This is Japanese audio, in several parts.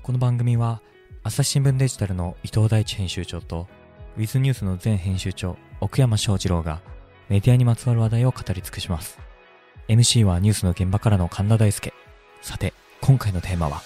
この番組は朝日新聞デジタルの伊藤大地編集長とウィズニュースの前編集長奥山翔二郎がメディアにまつわる話題を語り尽くします。 MC はニュースの現場からの神田大輔。さて今回のテーマは、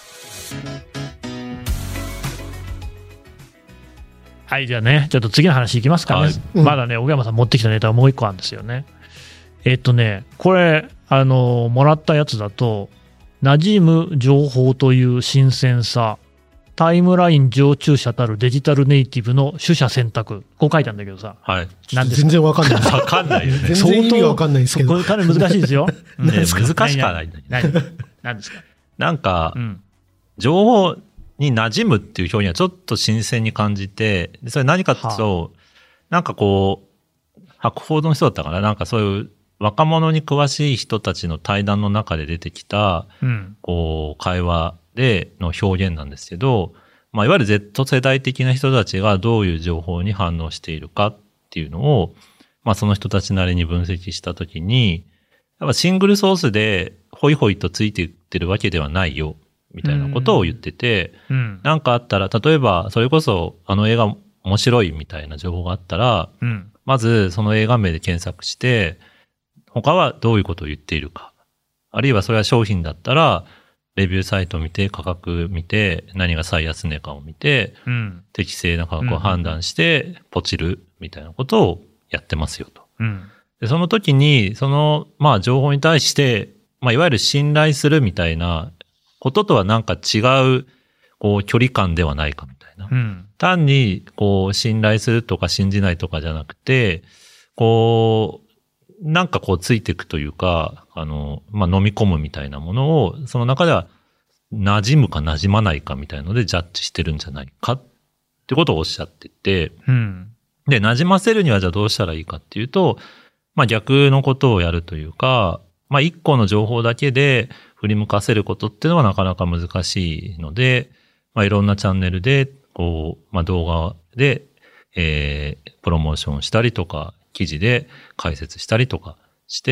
はい、じゃあね、ちょっと次の話いきますかね、まだね、奥山さん持ってきたネタはもう一個あるんですよね。これもらったやつだと、馴染む情報という新鮮さ、タイムライン常駐者たるデジタルネイティブの取捨選択、こう書いたんだけどさ、 はい、 全然わかんない。 わかんないよね。 全然意味がわかんないですけど。 これかなり難しいですよ。 難しくはないんだけど。 何ですか。 なんか、情報に馴染むっていう表現はちょっと新鮮に感じて、それ何かっていうと、なんかこう、博報堂の人だったかな、なんかそういう若者に詳しい人たちの対談の中で出てきた、こう、会話での表現なんですけど、まあ、いわゆる Z 世代的な人たちがどういう情報に反応しているかっていうのを、まあ、その人たちなりに分析したときに、やっぱシングルソースでホイホイとついていってるわけではないよ、みたいなことを言ってて、なんかあったら、例えば、それこそあの映画面白いみたいな情報があったら、まずその映画名で検索して、他はどういうことを言っているか。あるいはそれは商品だったら、レビューサイトを見て、価格見て、何が最安値かを見て、適正な価格を判断して、ポチるみたいなことをやってますよと。でその時に、まあ情報に対して、まあいわゆる信頼するみたいなこととはなんか違う、こう距離感ではないかみたいな。単に、こう信頼するとか信じないとかじゃなくて、こう、なんかこうついていくというか、まあ飲み込むみたいなものを、その中では馴染むか馴染まないかみたいのでジャッジしてるんじゃないかってことをおっしゃってて、で、馴染ませるにはじゃあどうしたらいいかっていうと、まあ逆のことをやるというか、まあ一個の情報だけで振り向かせることっていうのはなかなか難しいので、まあいろんなチャンネルで、こう、まあ動画で、プロモーションしたりとか、記事で解説したりとかして、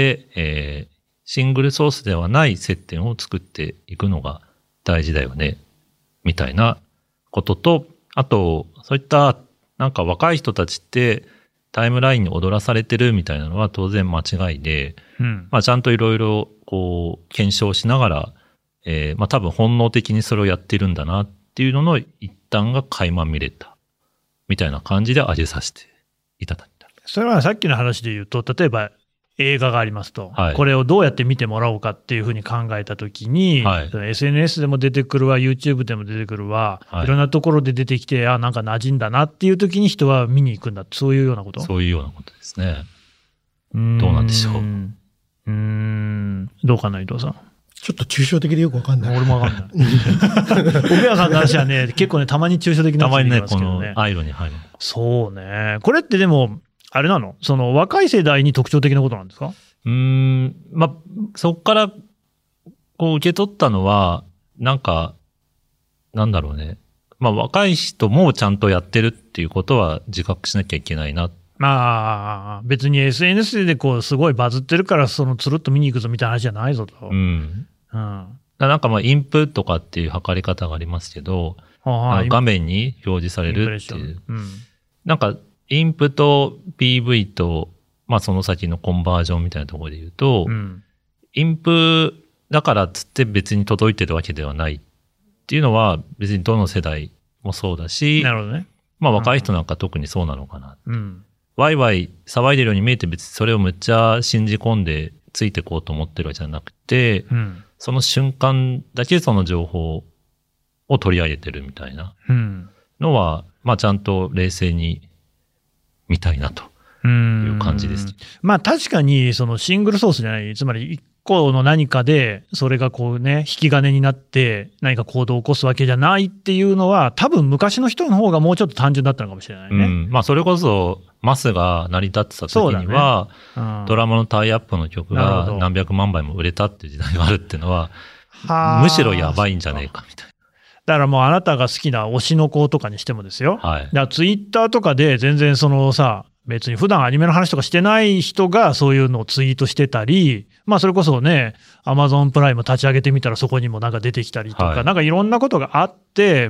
シングルソースではない接点を作っていくのが大事だよね、みたいなことと、あと、そういったなんか若い人たちってタイムラインに踊らされてるみたいなのは当然間違いで、まあちゃんといろいろこう検証しながら、まあ多分本能的にそれをやってるんだなっていうのの一端が垣間見れたみたいな感じで味させていただいた。 それはさっきの話で言うと、例えば映画がありますと、これをどうやって見てもらおうかっていうふうに考えたときに、SNS でも出てくるわ、YouTube でも出てくるわ、いろんなところで出てきて、なんか馴染んだなっていうときに人は見に行くんだ、そういうようなこと？ そういうようなことですね。どうなんでしょう。 どうかな、伊藤さん。 ちょっと抽象的でよくわかんない。 俺もわかんない。奥山さんの話はね、結構ね、たまに抽象的な話できますけどね。 たまにね、このアイロンに入る。 そうね。これってでも、あれなの？その若い世代に特徴的なことなんですか？ まあ、そこからこう受け取ったのは、なんか、なんだろうね。まあ若い人もちゃんとやってるっていうことは自覚しなきゃいけないな。 まあ、別に SNS でこうすごいバズってるからそのつるっと見に行くぞみたいな話じゃないぞと。 なんかまあインプとかっていう測り方がありますけど、画面に表示されるっていう。なんかインプと PV と、まあその先のコンバージョンみたいなところで言うと、インプだからっつって別に届いてるわけではないっていうのは別にどの世代もそうだし、 なるほどね。 まあ若い人なんか特にそうなのかな。ワイワイ騒いでるように見えて別にそれをむっちゃ信じ込んでついてこうと思ってるわけじゃなくて、その瞬間だけその情報を取り上げてるみたいなのは、まあちゃんと冷静に見たいなという感じです。 まあ確かにそのシングルソースじゃない、つまり一個の何かでそれがこうね、引き金になって何か行動を起こすわけじゃないっていうのは多分昔の人の方がもうちょっと単純だったのかもしれないね。 まあそれこそマスが成り立ってた時には、ドラマのタイアップの曲が何百万枚も売れたっていう時代があるっていうのは、むしろやばいんじゃねえかみたいな。 だからもうあなたが好きな推しの子とかにしてもですよ。だからツイッターとかで全然そのさ、別に普段アニメの話とかしてない人がそういうのをツイートしてたり、 それこそね、アマゾンプライム立ち上げてみたらそこにもなんか出てきたりとか、 はい、 なんかいろんなことがあって、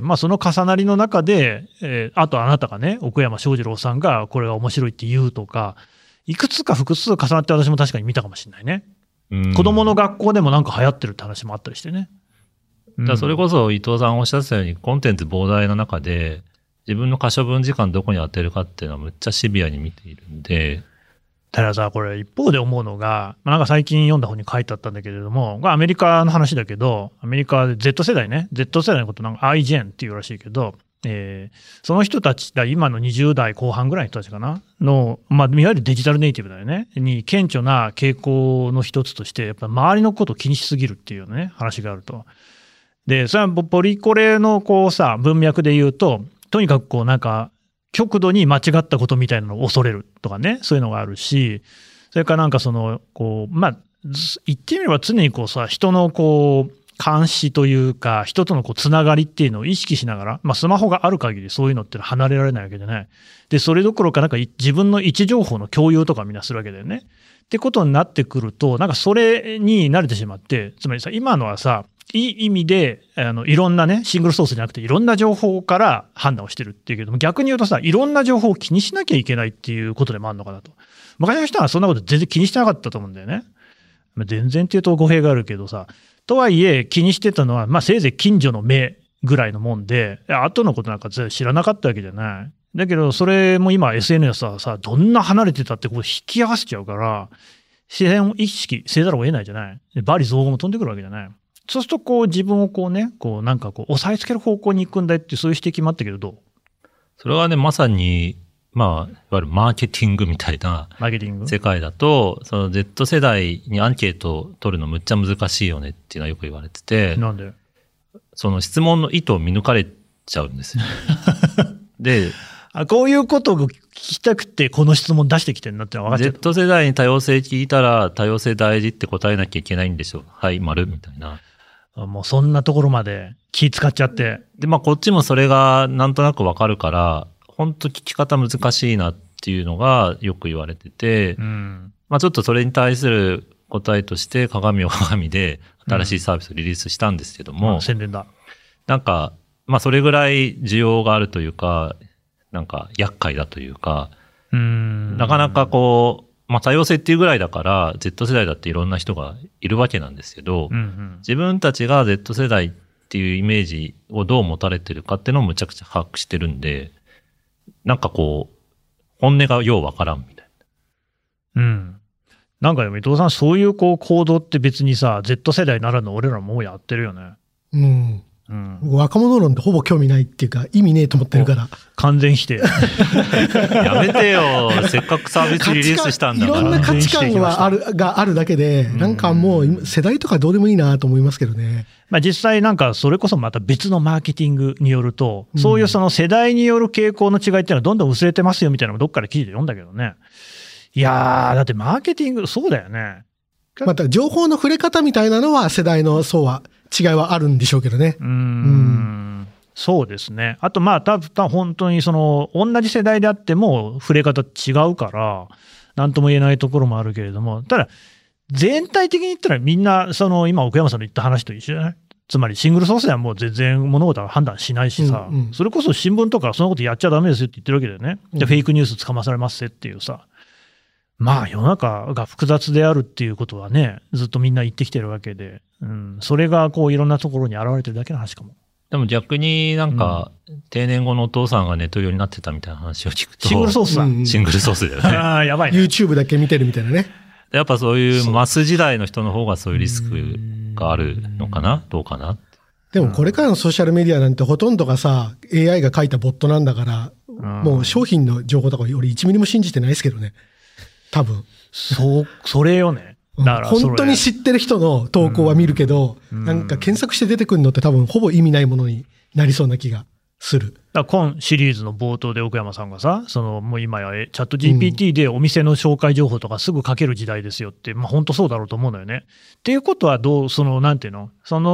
その重なりの中で、あとあなたがね、奥山翔二郎さんがこれが面白いって言うとか、いくつか複数重なって私も確かに見たかもしれないね。子供の学校でもなんか流行ってるって話もあったりしてね。 だからそれこそ伊藤さんおっしゃってたように、コンテンツ膨大な中で、自分の可処分時間どこに当てるかっていうのはむっちゃシビアに見ているんで。 たださ、これ一方で思うのが、なんか最近読んだ本に書いてあったんだけれども、アメリカの話だけど、アメリカで Z 世代ね、Z 世代のことなんか iGen っていうらしいけど、その人たちが今の20代後半ぐらいの人たちかなの、いわゆるデジタルネイティブだよね、に顕著な傾向の一つとして、やっぱ周りのことを気にしすぎるっていうね、話があると。で、それはポリコレの文脈で言うと、とにかくなんか、極度に間違ったことみたいなのを恐れるとかね、そういうのがあるし、それからなんか言ってみれば常に人の監視というか、人とのつながりっていうのを意識しながら、スマホがある限りそういうのって離れられないわけじゃない。で、それどころかなんか自分の位置情報の共有とかみんなするわけだよね。ってことになってくると、なんかそれに慣れてしまって、つまりさ、今のはさ、いい意味でいろんなね、シングルソースじゃなくていろんな情報から判断をしてるっていうけども、逆に言うとさ、いろんな情報を気にしなきゃいけないっていうことでもあるのかなと。昔の人はそんなこと全然気にしてなかったと思うんだよね。全然っていうと語弊があるけどさ、とはいえ気にしてたのは、せいぜい近所の目ぐらいのもんで、後のことなんか知らなかったわけじゃない。だけどそれも今 SNS はさ、どんな離れてたって引き合わせちゃうから、自然を意識せざるを得ないじゃない。罵詈雑言も飛んでくるわけじゃない。そうすると自分をなんか押さえつける方向に行くんだっていう、そういう指摘もあったけど、どう？ それはね、まさに、いわゆるマーケティングみたいな世界だと、その Z 世代にアンケートを取るのむっちゃ難しいよねっていうのはよく言われてて、 なんで？ その質問の意図を見抜かれちゃうんですよ。で、 こういうことを聞きたくてこの質問出してきてるなってのは分かっちゃう。 Z 世代に多様性聞いたら多様性大事って答えなきゃいけないんでしょう。はい、丸みたいな。 もうそんなところまで気使っちゃって。 で、こっちもそれがなんとなくわかるから、本当聞き方難しいなっていうのがよく言われてて、ちょっとそれに対する答えとして鏡を鏡で新しいサービスをリリースしたんですけども、 宣伝だ。 なんか、それぐらい需要があるというか、なんか厄介だというか、なかなか多様性っていうぐらいだから、Z 世代だっていろんな人がいるわけなんですけど、自分たちが Z 世代っていうイメージをどう持たれてるかっていうのをむちゃくちゃ把握してるんで、なんか本音がようわからんみたいな。なんかでも伊藤さん、そういう行動って別にさ、Z 世代ならぬ俺らもうやってるよね。 若者論ってほぼ興味ないっていうか、意味ねえと思ってるから。 完全否定。 やめてよ。せっかくサービスリリースしたんだから。 いろんな価値観があるだけで、なんかもう世代とかどうでもいいなと思いますけどね。 実際なんかそれこそまた別のマーケティングによると、そういうその世代による傾向の違いっていうのはどんどん薄れてますよみたいなのもどっかで記事で読んだけどね。いやー、だってマーケティング、そうだよね。 また情報の触れ方みたいなのは世代の違いはあるんでしょうけどね。 そうですね。あと多分本当に同じ世代であっても触れ方違うから、なんとも言えないところもあるけれども、ただ全体的に言ったらみんな今奥山さんの言った話と一緒じゃない？つまりシングルソースではもう全然物事は判断しないしさ、それこそ新聞とかそのことやっちゃダメですよって言ってるわけだよね。で、フェイクニュースつかまされますっていうさ。世の中が複雑であるっていうことはね、ずっとみんな言ってきてるわけで、それがいろんなところに現れてるだけの話かも。 でも逆になんか、定年後のお父さんがネット用になってたみたいな話を聞くと。 シングルソースだ。 シングルソースだよね。 ああ、やばいね。 YouTube だけ見てるみたいなね。 やっぱそういうマス時代の人の方がそういうリスクがあるのかな？どうかな？ でもこれからのソーシャルメディアなんてほとんどがさ、AI が書いたボットなんだから、もう商品の情報とか俺1ミリも信じてないですけどね。多分。 それよね。だから本当に知ってる人の投稿は見るけど、なんか検索して出てくるのって多分ほぼ意味ないものになりそうな気がする。 今シリーズの冒頭で奥山さんがさ、もう今やチャット GPT でお店の紹介情報とかすぐ書ける時代ですよって、本当そうだろうと思うのよね。っていうことはなんていうの？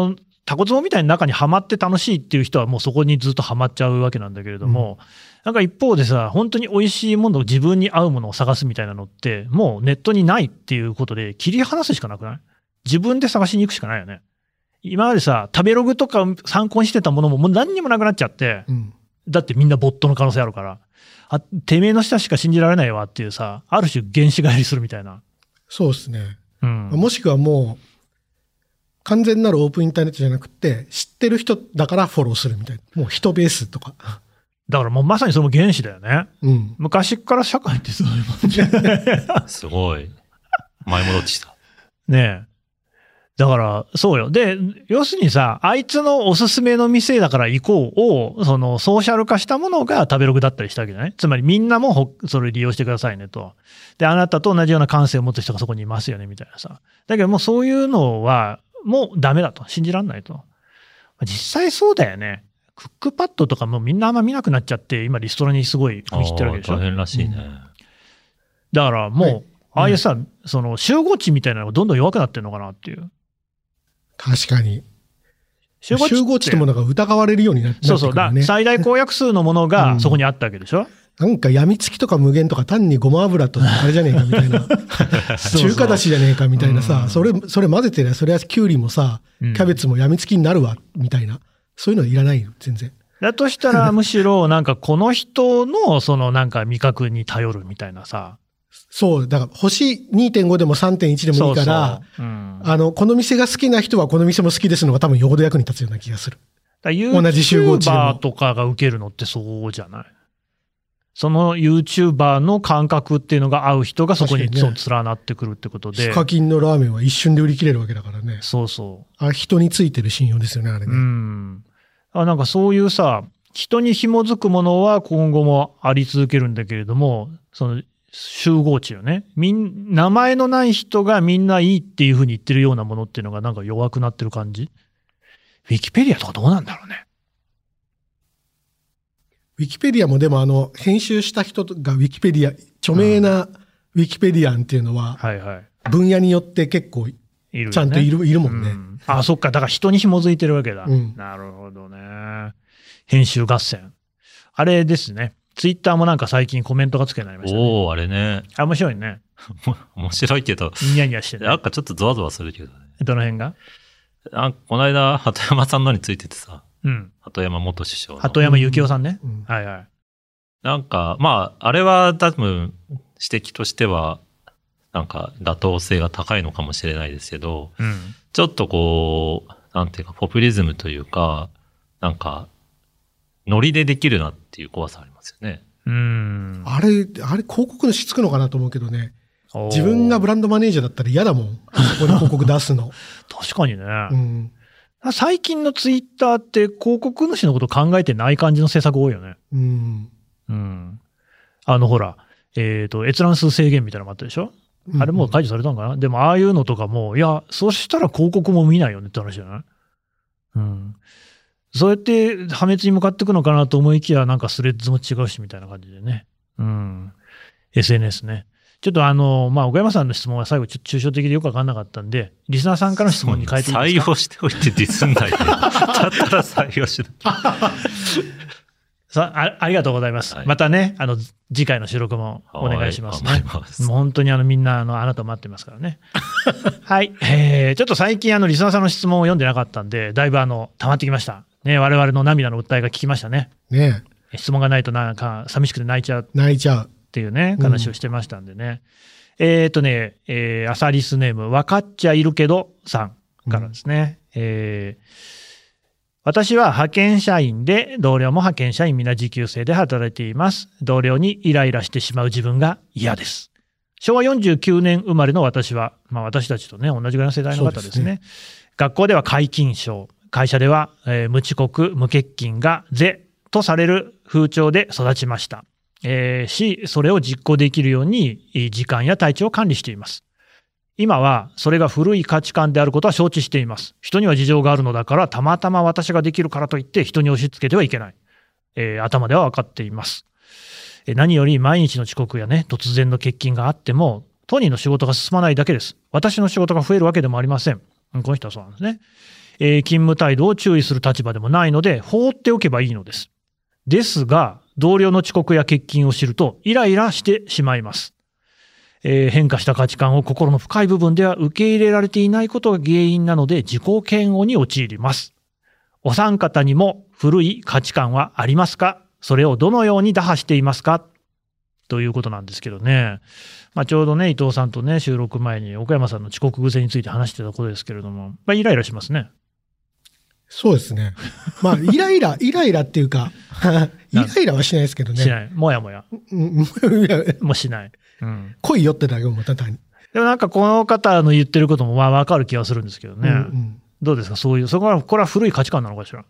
タコツボみたいに中にはまって楽しいっていう人はもうそこにずっとはまっちゃうわけなんだけれども、なんか一方でさ、本当に美味しいものを自分に合うものを探すみたいなのって、もうネットにないっていうことで切り離すしかなくない？自分で探しに行くしかないよね。今までさ、食べログとか参考にしてたものももう何にもなくなっちゃって、だってみんなボットの可能性あるから、てめえの下しか信じられないわっていうさ、ある種原始返りするみたいな。 そうですね。もしくはもう、完全なるオープンインターネットじゃなくて、知ってる人だからフォローするみたいな。もう人ベースとか。 だからもうまさにそれも原始だよね。昔から社会ってそういうもんじゃない。 すごい。前戻ってきた。 ねえ。だから、そうよ。で、要するにさ、あいつのおすすめの店だから行こうを、そのソーシャル化したものが食べログだったりしたわけじゃない？つまりみんなもそれ利用してくださいねと。で、あなたと同じような感性を持つ人がそこにいますよねみたいなさ。だけどもうそういうのは、もうダメだと。信じらんないと。実際そうだよね。クックパッドとかもみんなあんま見なくなっちゃって、今リストラにすごい踏み切ってるわけでしょ。 大変らしいね。 だからもう、ああいうさ、その集合値みたいなのがどんどん弱くなってるのかなっていう。 確かに。集合値ってものが疑われるようになってくるね。 そうそう。最大公約数のものがそこにあったわけでしょ。 なんかやみつきとか無限とか単にごま油とあれじゃねえかみたいな。中華だしじゃねえかみたいなさ、それ混ぜてりゃ、それはキュウリもさ、キャベツもやみつきになるわ、みたいな。そういうのいらないよ、全然。 だとしたらむしろなんかこの人のそのなんか味覚に頼るみたいなさ。 そう、だから星 2.5 でも 3.1 でもいいから、この店が好きな人はこの店も好きですのが多分よほど役に立つような気がする。 同じ集合値でも。YouTuber とかが受けるのってそうじゃない？その YouTuber の感覚っていうのが合う人がそこに連なってくるってことで。 ヒカキンのラーメンは一瞬で売り切れるわけだからね。 そうそう。 人についてる信用ですよね、あれね。 なんかそういうさ、人に紐づくものは今後もあり続けるんだけれども、その集合値よね。名前のない人がみんないいっていうふうに言ってるようなものっていうのがなんか弱くなってる感じ？ウィキペディアとかどうなんだろうね。 ウィキペディアもでも編集した人がウィキペディア、著名なウィキペディアンっていうのは、分野によって結構ちゃんといるもんね。 そっか。だから人に紐づいてるわけだ。なるほどね。編集合戦。あれですね。ツイッターもなんか最近コメントがつけになりましたね。 あれね。 面白いね。 面白いけど。 ニヤニヤしてね。 なんかちょっとゾワゾワするけどね。 どの辺が？ この間、鳩山さんのについててさ。鳩山元首相の。 鳩山幸夫さんね。はいはい。 なんか、あれは多分、指摘としては、なんか妥当性が高いのかもしれないですけど、ちょっとこう、なんていうか、ポピュリズムというか、なんか、ノリでできるなっていう怖さありますよね。 あれ、広告のしつくのかなと思うけどね。自分がブランドマネージャーだったら嫌だもん。そこに広告出すの。 確かにね。最近のツイッターって広告主のこと考えてない感じの制作多いよね。ほら、閲覧数制限みたいなのもあったでしょ？あれもう解除されたのかな？でもああいうのとかも、いや、そうしたら広告も見ないよねって話じゃない？そうやって破滅に向かっていくのかなと思いきや、なんかスレッズも違うしみたいな感じでね。SNS ね。ちょっと岡山さんの質問は最後、ちょっと抽象的でよくわかんなかったんで、リスナーさんからの質問に変えていいですか？ 採用しておいてディスんないで。だったら採用しなきゃ。 ありがとうございます。またね、次回の収録もお願いしますね。もう本当にみんなあなた待ってますからね。はい。ちょっと最近リスナーさんの質問を読んでなかったんで、だいぶ溜まってきました。ね、我々の涙の訴えが聞きましたね。 ね。 質問がないとなんか寂しくて泣いちゃう。っていうね、話をしてましたんでね。アサリスネーム、分かっちゃいるけどさんからですね。私は派遣社員で、同僚も派遣社員、みんな時給制で働いています。同僚にイライラしてしまう自分が嫌です。昭和49年生まれの私は、私たちとね、同じぐらいの世代の方ですね。学校では皆勤賞、会社では、無遅刻、無欠勤が是とされる風潮で育ちました。それを実行できるように時間や体調を管理しています。今はそれが古い価値観であることは承知しています。人には事情があるのだから、たまたま私ができるからといって人に押し付けてはいけない。頭では分かっています。何より毎日の遅刻やね、突然の欠勤があっても、当人の仕事が進まないだけです。私の仕事が増えるわけでもありません。この人はそうなんですね。 勤務態度を注意する立場でもないので、放っておけばいいのです。ですが、同僚の遅刻や欠勤を知ると、イライラしてしまいます。変化した価値観を心の深い部分では受け入れられていないことが原因なので、自己嫌悪に陥ります。お三方にも古い価値観はありますか？それをどのように打破していますか？ということなんですけどね。ちょうどね、伊藤さんとね、収録前に奥山さんの遅刻癖について話してたことですけれども、イライラしますね。 そうですね。イライラっていうか、イライラはしないですけどね。 しない。もやもや。もうしない。 来いよってだけもただに。 でもなんかこの方の言ってることもわかる気がするんですけどね。どうですか、これは古い価値観なのかしら。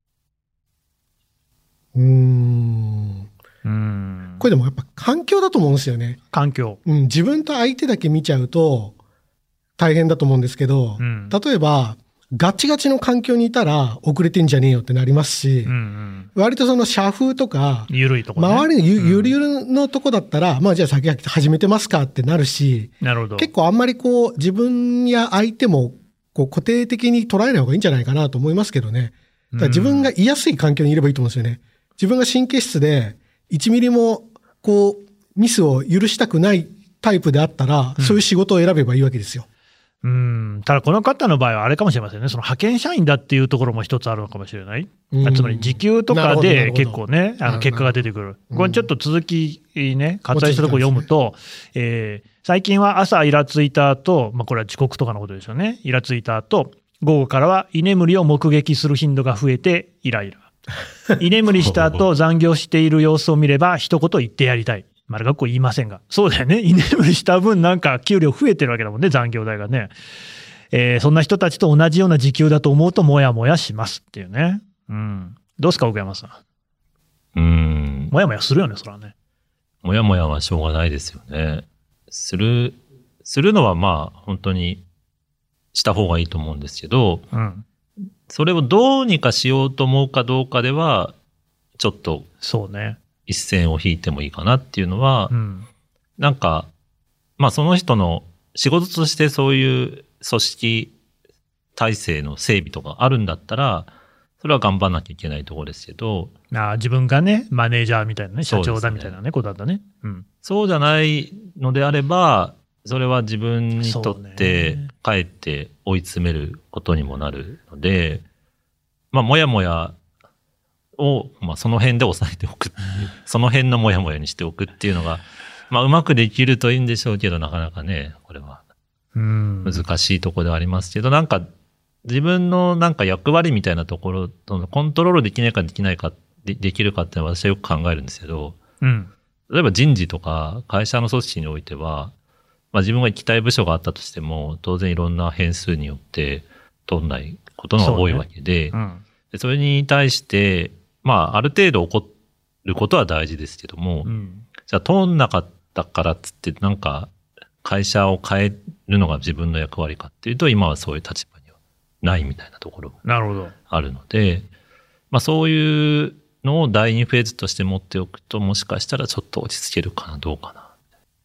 これでもやっぱ環境だと思うんですよね。 環境。 自分と相手だけ見ちゃうと大変だと思うんですけど、例えば、ガチガチの環境にいたら遅れてんじゃねえよってなりますし、割とその社風とか、 緩いとこね、 周りのゆるゆるのとこだったら、じゃあ先始めてますかってなるし、 なるほど。 結構あんまり自分や相手も固定的に捉えない方がいいんじゃないかなと思いますけどね。だから自分が居やすい環境にいればいいと思うんですよね。自分が神経質で1ミリもミスを許したくないタイプであったら、そういう仕事を選べばいいわけですよ。 ただこの方の場合はあれかもしれませんね。その派遣社員だっていうところも一つあるのかもしれない。つまり時給とかで結構ね、結果が出てくる。これちょっと続きね、割愛したところを読むと、最近は朝イラついた後、これは遅刻とかのことですよね。イラついた後、午後からは居眠りを目撃する頻度が増えてイライラ。居眠りした後残業している様子を見れば一言言ってやりたい。丸学校言いませんが。そうだよね。居眠りした分なんか給料増えてるわけだもんね、残業代がね。そんな人たちと同じような時給だと思うともやもやしますっていうね。どうですか、奥山さん。もやもやするよね、そらね。 もやもやはしょうがないですよね。するのは本当にした方がいいと思うんですけど、それをどうにかしようと思うかどうかでは、ちょっと、 そうね。 一線を引いてもいいかなっていうのは、なんか、その人の仕事としてそういう組織体制の整備とかあるんだったら、それは頑張んなきゃいけないところですけど。 自分がね、マネージャーみたいなね、社長だみたいなね、ことだったね。 そうじゃないのであれば、それは自分にとってかえって追い詰めることにもなるので、もやもやを、その辺で抑えておくっていう、その辺のもやもやにしておくっていうのが、うまくできるといいんでしょうけど、なかなかね、これは難しいところではありますけど、なんか自分のなんか役割みたいなところとコントロールできないかできないか、できるかっていうのは私はよく考えるんですけど、例えば人事とか会社の組織においては、自分が行きたい部署があったとしても、当然いろんな変数によって取んないことが多いわけで、それに対して、ある程度起こることは大事ですけども、じゃあ通んなかったからっつってなんか会社を変えるのが自分の役割かっていうと、今はそういう立場にはないみたいなところがあるので、そういうのを第2フェーズとして持っておくと、もしかしたらちょっと落ち着けるかな、どうかな。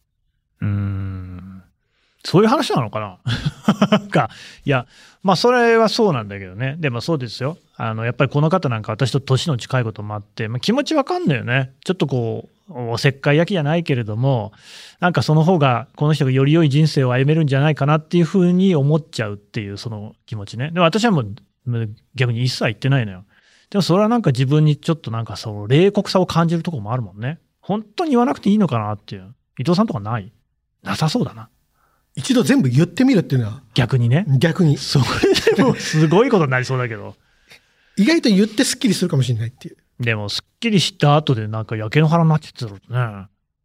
そういう話なのかないや、それはそうなんだけどね。でもそうですよ。やっぱりこの方なんか私と年の近いこともあって、気持ちわかんないよね。ちょっとおせっかい焼きじゃないけれども、なんかその方がこの人がより良い人生を歩めるんじゃないかなっていうふうに思っちゃうっていうその気持ちね。でも私はもう逆に一切言ってないのよ。でもそれはなんか自分にちょっとなんか冷酷さを感じるところもあるもんね。本当に言わなくていいのかなっていう。伊藤さんとかなさそうだな。 一度全部言ってみるっていうのは。 逆にね。 逆に。 それでもすごいことになりそうだけど。 意外と言ってスッキリするかもしれないっていう。 でも、スッキリした後でなんか焼け野原になっちゃってたろうね。確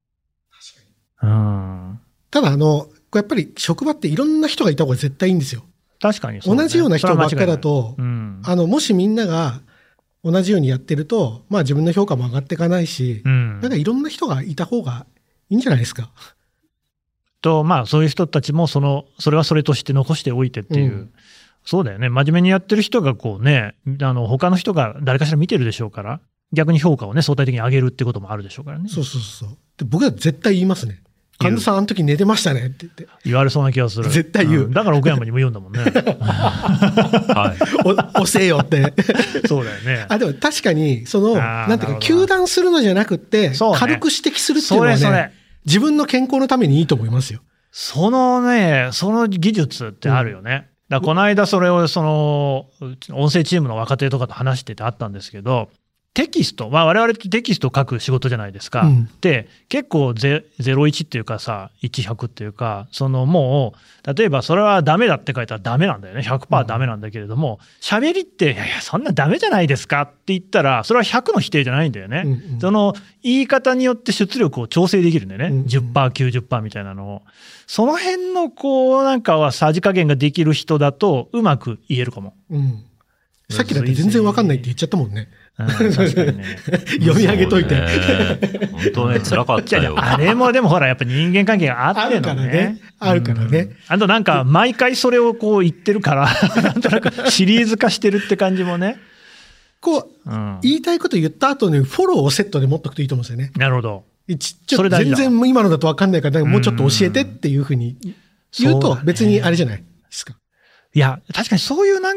かに。ただやっぱり職場っていろんな人がいた方が絶対いいんですよ。 確かにそう、ね。 同じような人ばっかりだと、もしみんなが同じようにやってると、自分の評価も上がっていかないし、なんかいろんな人がいた方がいいんじゃないですか。 そういう人たちもそれはそれとして残しておいてっていう、そうだよね。真面目にやってる人が他の人が誰かしら見てるでしょうから、逆に評価をね、相対的に上げるってこともあるでしょうからね。 そう。で僕は絶対言いますね。 神田さんあの時寝てましたねって言って。 言われそうな気がする。 絶対言う。 だから奥山にも言うんだもんね。 はい。 押せよって。 そうだよね。 でも確かに、なんていうか、糾弾するのじゃなくて、軽く指摘するっていうのはね、自分の健康のためにいいと思いますよ。 その技術ってあるよね。だからこの間それを音声チームの若手とかと話しててあったんですけど、テキスト、我々ってテキストを書く仕事じゃないですか。で、結構01っていうかさ、100っていうか、もう、例えばそれはダメだって書いたらダメなんだよね。100% ダメなんだけれども、喋りって、いやいや、そんなダメじゃないですかって言ったら、それは100の否定じゃないんだよね。言い方によって出力を調整できるんだよね。10%、90% みたいなのを。その辺のなんかはさじ加減ができる人だと、うまく言えるかも。 さっきだって全然わかんないって言っちゃったもんね。 確かにね。 読み上げといて。 本当ね、辛かったよ。 あれもでもほら、やっぱ人間関係があってのね。 あるからね。 あとなんか、毎回それをこう言ってるから、なんとなくシリーズ化してるって感じもね。 言いたいこと言った後にフォローをセットで持っとくといいと思うんですよね。 なるほど。 全然今のだとわかんないから、もうちょっと教えてっていうふうに言うと別にあれじゃないですか。 いや、確かにそういう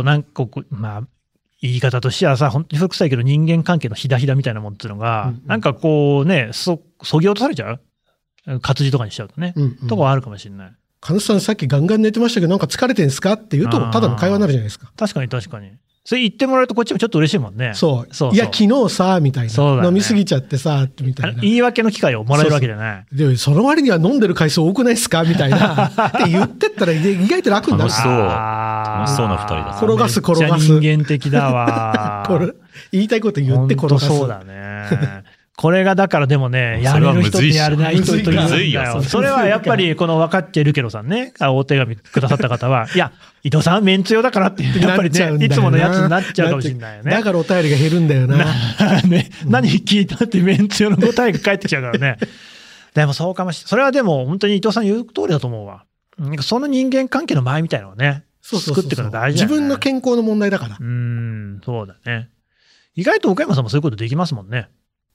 言い方としてはさ、本当に古臭いけど人間関係のひだひだみたいなもんっていうのが、なんかそぎ落とされちゃう活字とかにしちゃうとね。とかはあるかもしれない。 金津さんさっきガンガン寝てましたけど、なんか疲れてんすかって言うと、ただの会話になるじゃないですか。 確かに確かに。それ言ってもらうとこっちもちょっと嬉しいもんね。 そう。いや、昨日さ、みたいな。飲みすぎちゃってさ、みたいな。 言い訳の機会をもらえるわけじゃない。 で、その割には飲んでる回数多くないですかみたいな。って言ってったら意外と楽になる。 楽しそうな二人だ。 転がす。 めっちゃ人間的だわ。 言いたいこと言って転がす。 そうだね。これがだからでもね、やれる人ってやれない人といるんだよ。それはやっぱりこの分かってるけどさんね、お手紙くださった方は、いや、伊藤さんメンツ用だからってやっぱりね、いつものやつになっちゃうかもしれないよね。 だからお便りが減るんだよな。 何聞いたってメンツ用の答えが返ってきちゃうからね。でもそうかもしれない。それはでも本当に伊藤さん言う通りだと思うわ。その人間関係の前みたいなのをね、作っていくの大事だよね。 自分の健康の問題だから。 そうだね。意外と岡山さんもそういうことできますもんね。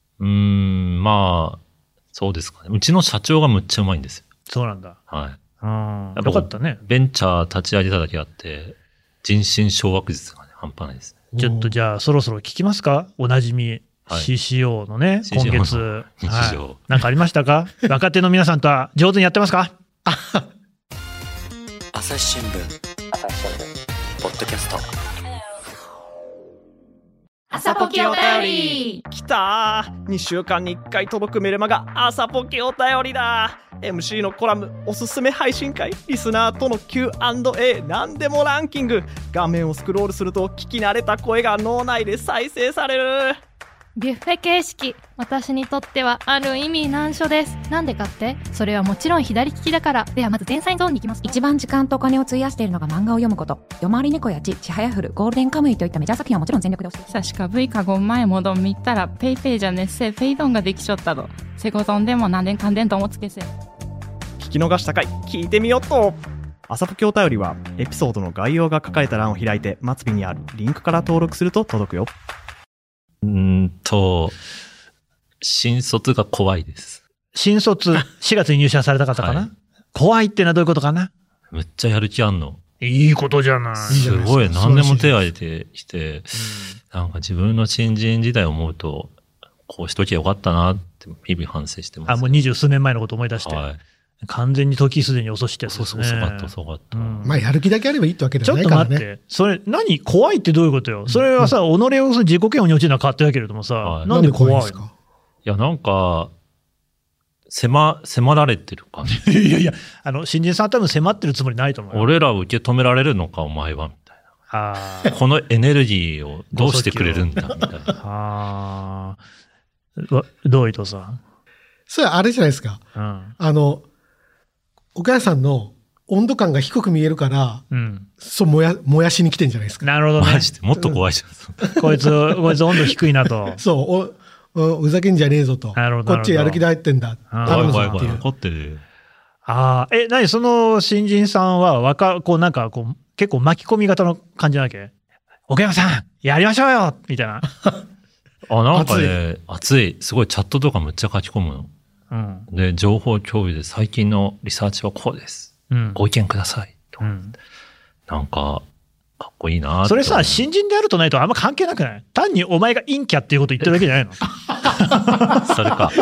そうですかね。うちの社長がむっちゃうまいんですよ。 そうなんだ。 はい。 よかったね。 ベンチャー立ち上げただけあって、人心掌握術がね、半端ないですね。 ちょっとじゃあそろそろ聞きますか？おなじみ CCO のね、今月。なんかありましたか？若手の皆さんとは上手にやってますか？ 朝日新聞。ポッドキャスト。 朝ポキお便りきたー。2週間に1回届くメルマガ朝ポキお便りだ。 MC のコラム、おすすめ配信会、リスナーとの Q&A、 何でもランキング。画面をスクロールすると聞き慣れた声が脳内で再生される。 ビュッフェ形式、私にとってはある意味難所です。なんでかって？それはもちろん左利きだから。ではまず前菜ゾーンに行きます。 一番時間とお金を費やしているのが漫画を読むこと。夜回り猫やち、ちはやふる、ゴールデンカムイといったメジャー作品はもちろん全力で押して。 さしか V か5万円もどん見たらペイペイじゃねっせ、ペイドンができちょったど。セゴドンでも何年かんでんともつけせ。 聞き逃した回聞いてみよっと。朝ポキお便りはエピソードの概要が書かれた欄を開いて末尾にあるリンクから登録すると届くよ。 新卒が怖いです。 新卒、4月に入社された方かな、怖いってのはどういうことかな？ むっちゃやる気あんの。 いいことじゃない。 すごい、何でも手を挙げてきて、なんか自分の新人時代を思うと、こうしときゃよかったなって日々反省してます。 もう20数年前のこと思い出して。完全に時すでに遅しってやつですね。 遅かった。 やる気だけあればいいってわけではないからね。 ちょっと待って。それ、怖いってどういうことよ？それはさ、己を自己嫌悪に陥るのは変わってるけれどもさ、なんで怖いんですか？ いや、なんか、迫られてる感じ。 いやいや、新人さんは多分迫ってるつもりないと思う。 俺らを受け止められるのか、お前は、みたいな。このエネルギーをどうしてくれるんだ、みたいな。 どう伊藤さん？ それあれじゃないですか。岡谷さんの温度感が低く見えるから、燃やしに来てんじゃないですか。 なるほどね。 マジで、もっと怖いじゃん。 こいつ温度低いなと。 そう、ふざけんじゃねえぞと。こっちやる気で入ってんだ。 怖い、怒ってる。 何その新人さんは、結構巻き込み型の感じなわけ？岡山さん、やりましょうよみたいな。 なんかね、熱い。すごいチャットとかむっちゃ書き込むの。 で、情報共有で最近のリサーチはこうです。ご意見ください。なんか、かっこいいな。 それさ、新人であるとないとあんま関係なくない？単にお前が陰キャっていうこと言ってるだけじゃないの？ それか。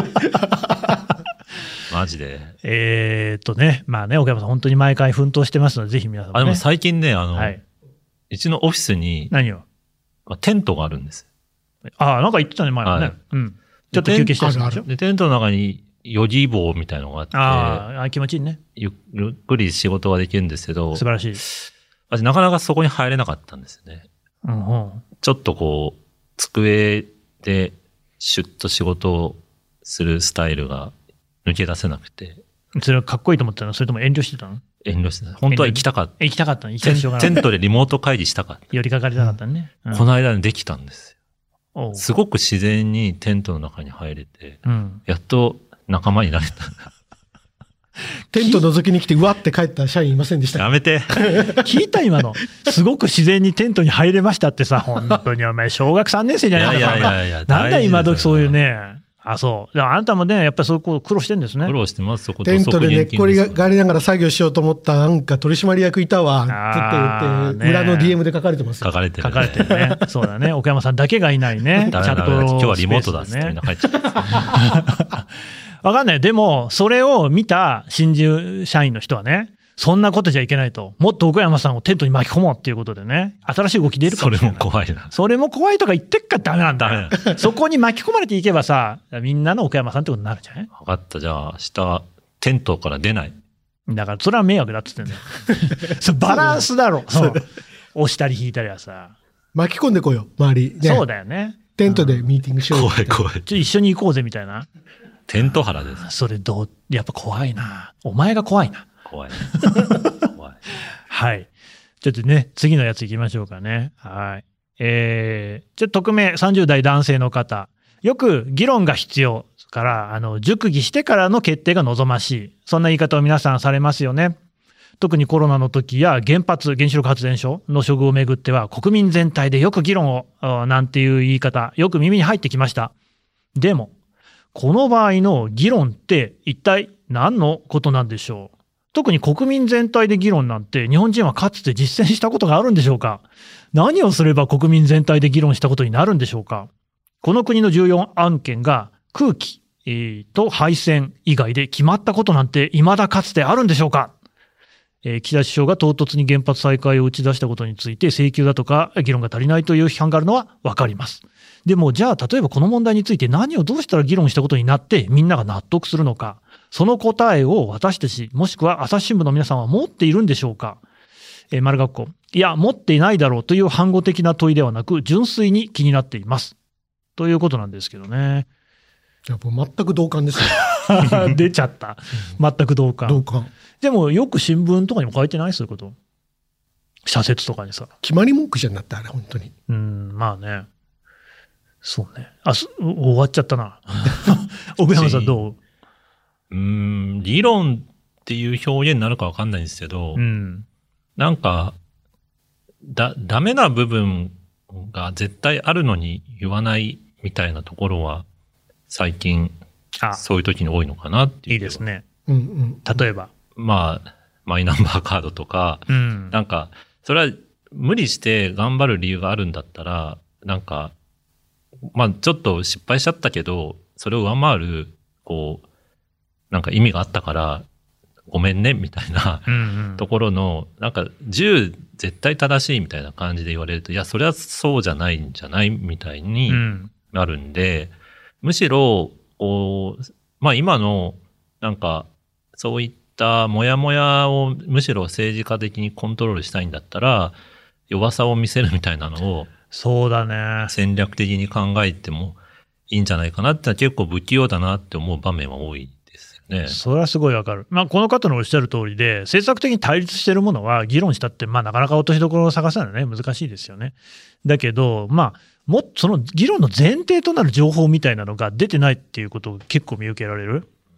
マジで。 まあね、岡山さん本当に毎回奮闘してますので、ぜひ皆さんも、ね。 でも最近ね、うちのオフィスに、 何を？ テントがあるんです。 なんか言ってたね、前はね。ちょっと休憩してるでしょ。 で、テントの中にヨギ棒みたいなのがあって、 気持ちいいね。 ゆっくり仕事ができるんですけど、 素晴らしい。 私なかなかそこに入れなかったんですよね。ちょっとこう、机でシュッと仕事をするスタイルが抜け出せなくて。 それはかっこいいと思ったの？それとも遠慮してたの？ 遠慮してた。本当は行きたかった。 行きたかったの？テントでリモート会議したかった。 寄りかかりたかったね。 この間にできたんですよ。すごく自然にテントの中に入れて、やっと仲間になれた。 テント覗きに来て、うわって帰った社員いませんでした。 やめて。 聞いた今の。すごく自然にテントに入れましたってさ、本当にお前、小学3年生じゃないか。なんだ今時そういうね。そう。あんたもね、やっぱりそういうこと苦労してるんですね。 苦労してます、そこテントで寝っ転がりながら作業しようと思ったなんか取締役いたわって言って、裏の DM で書かれてます。 書かれてるね。そうだね。岡山さんだけがいないね。ちゃんと。 今日はリモートだっつってみんな帰っちゃった。 わかんない。でも、それを見た新入社員の人はね、そんなことじゃいけないと。もっと岡山さんをテントに巻き込もうっていうことでね、新しい動き出るかもしれない。 それも怖いな。 それも怖いとか言ってっからダメなんだよ。そこに巻き込まれていけばさ、みんなの岡山さんってことになるじゃない？ 分かった。じゃあ、明日、テントから出ない。 だから、それは迷惑だっつってんだよ。バランスだろ。押したり引いたりはさ。 巻き込んでこよう、周り。 そうだよね。 テントでミーティングしよう。 怖い。 一緒に行こうぜみたいな。 テント原です。 それやっぱ怖いな。お前が怖いな。 怖い。 はい。ちょっとね、次のやつ行きましょうかね。はい。ちょっと匿名30代男性の方。よく議論が必要から、熟議してからの決定が望ましい。そんな言い方を皆さんされますよね。特にコロナの時や原子力発電所の処遇をめぐっては、国民全体でよく議論を、なんていう言い方、よく耳に入ってきました。でも、この場合の議論って一体何のことなんでしょう？特に国民全体で議論なんて日本人はかつて実践したことがあるんでしょうか？何をすれば国民全体で議論したことになるんでしょうか？この国の重要案件が空気と配線以外で決まったことなんて未だかつてあるんでしょうか？岸田首相が唐突に原発再開を打ち出したことについて請求だとか議論が足りないという批判があるのは分かります。でもじゃあ例えばこの問題について何をどうしたら議論したことになってみんなが納得するのか、その答えを私たちもしくは朝日新聞の皆さんは持っているんでしょうか？丸学校、いや持っていないだろうという反語的な問いではなく純粋に気になっていますということなんですけどね。 いやもう全く同感ですよ。 出ちゃった。全く同感。 同感。 でもよく新聞とかにも書いてない？そういうこと。社説とかにさ。 決まり文句じゃんなったあれ本当に。 まあね。そうね。終わっちゃったな。奥山さんどう？ 理論っていう表現になるかわかんないんですけど、なんか、ダメな部分が絶対あるのに言わないみたいなところは、最近、そういう時に多いのかなっていう。 いいですね。 例えば。 まあ、マイナンバーカードとか、なんか、それは無理して頑張る理由があるんだったら、なんか、まあちょっと失敗しちゃったけど、それを上回る、なんか意味があったから、ごめんね、みたいなところの、なんか10絶対正しいみたいな感じで言われると、いや、それはそうじゃないんじゃないみたいになるんで、むしろ、まあ今の、なんか、そういったモヤモヤをむしろ政治家的にコントロールしたいんだったら、弱さを見せるみたいなのを、 そうだね。 戦略的に考えてもいいんじゃないかなって結構不器用だなって思う場面は多いですよね。 それはすごいわかる。まあこの方のおっしゃる通りで、政策的に対立しているものは議論したって、まあなかなか落としどころを探すのはね、難しいですよね。だけど、まあ、その議論の前提となる情報みたいなのが出てないっていうことを結構見受けられる。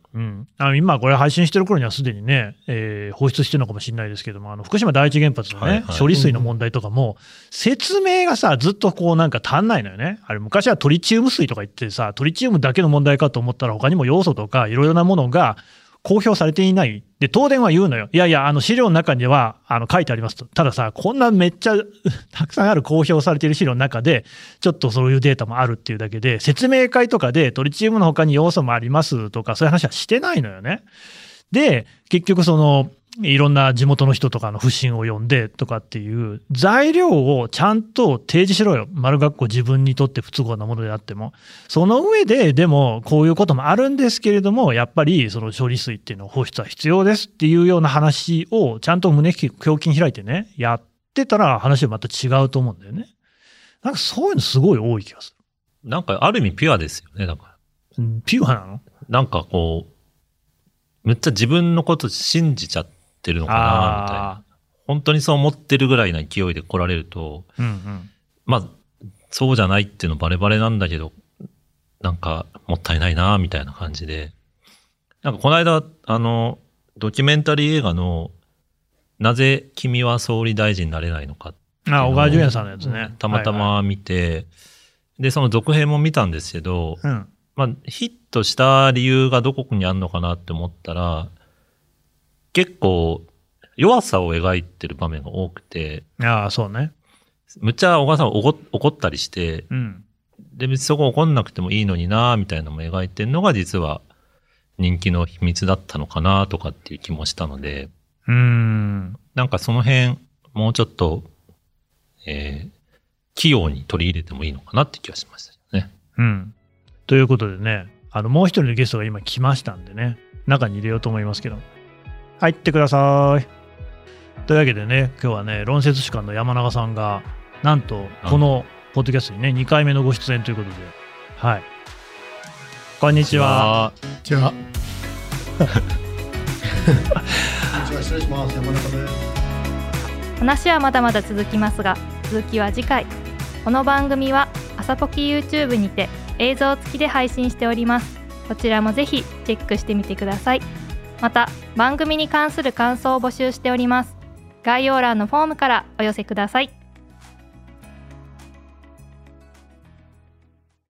今これ配信してる頃にはすでにね、放出してるのかもしれないですけども、福島第一原発のね、処理水の問題とかも、説明がさ、ずっとこうなんか足んないのよね。あれ昔はトリチウム水とか言ってさ、トリチウムだけの問題かと思ったら他にも要素とかいろいろなものが公表されていない。で、東電は言うのよ。いやいや、資料の中には書いてありますと。たださ、こんなめっちゃたくさんある公表されている資料の中で、ちょっとそういうデータもあるっていうだけで、説明会とかでトリチウムの他に要素もありますとか、そういう話はしてないのよね。で、結局いろんな地元の人とかの不信を呼んでとかっていう材料をちゃんと提示しろよ。丸学校自分にとって不都合なものであっても。その上で、でもこういうこともあるんですけれども、やっぱりその処理水っていうのを放出は必要ですっていうような話をちゃんと胸胸筋開いてね、やってたら話はまた違うと思うんだよね。なんかそういうのすごい多い気がする。 なんかある意味ピュアですよね、だから。 ピュアなの？ なんかこう、むっちゃ自分のこと信じちゃってるのかなみたいな。本当にそう思ってるぐらいな勢いで来られると、まあそうじゃないっていうのバレバレなんだけど、なんかもったいないなみたいな感じで、なんかこの間ドキュメンタリー映画のなぜ君は総理大臣になれないのかっていうのを小川淳也さんのやつね。 たまたま見て、でその続編も見たんですけど、まあヒットした理由がどこにあるのかなって思ったら。結構弱さを描いてる場面が多くて、 そうね。 むっちゃ小川さんは怒ったりして、で別にそこ怒んなくてもいいのになみたいなのも描いてるのが実は人気の秘密だったのかなとかっていう気もしたので、なんかその辺もうちょっと、器用に取り入れてもいいのかなって気がしましたね。 ということでね、もう一人のゲストが今来ましたんでね、中に入れようと思いますけど。入ってください。というわけでね、今日はね、論説主幹の山永さんが、なんと、このポッドキャストにね、2回目のご出演ということで、はい。こんにちは。 こんにちは。失礼します。山中です。 話はまだまだ続きますが、続きは次回。この番組は、朝ポキ YouTube にて映像付きで配信しております。こちらもぜひチェックしてみてください。また番組に関する感想を募集しております。概要欄のフォームからお寄せください。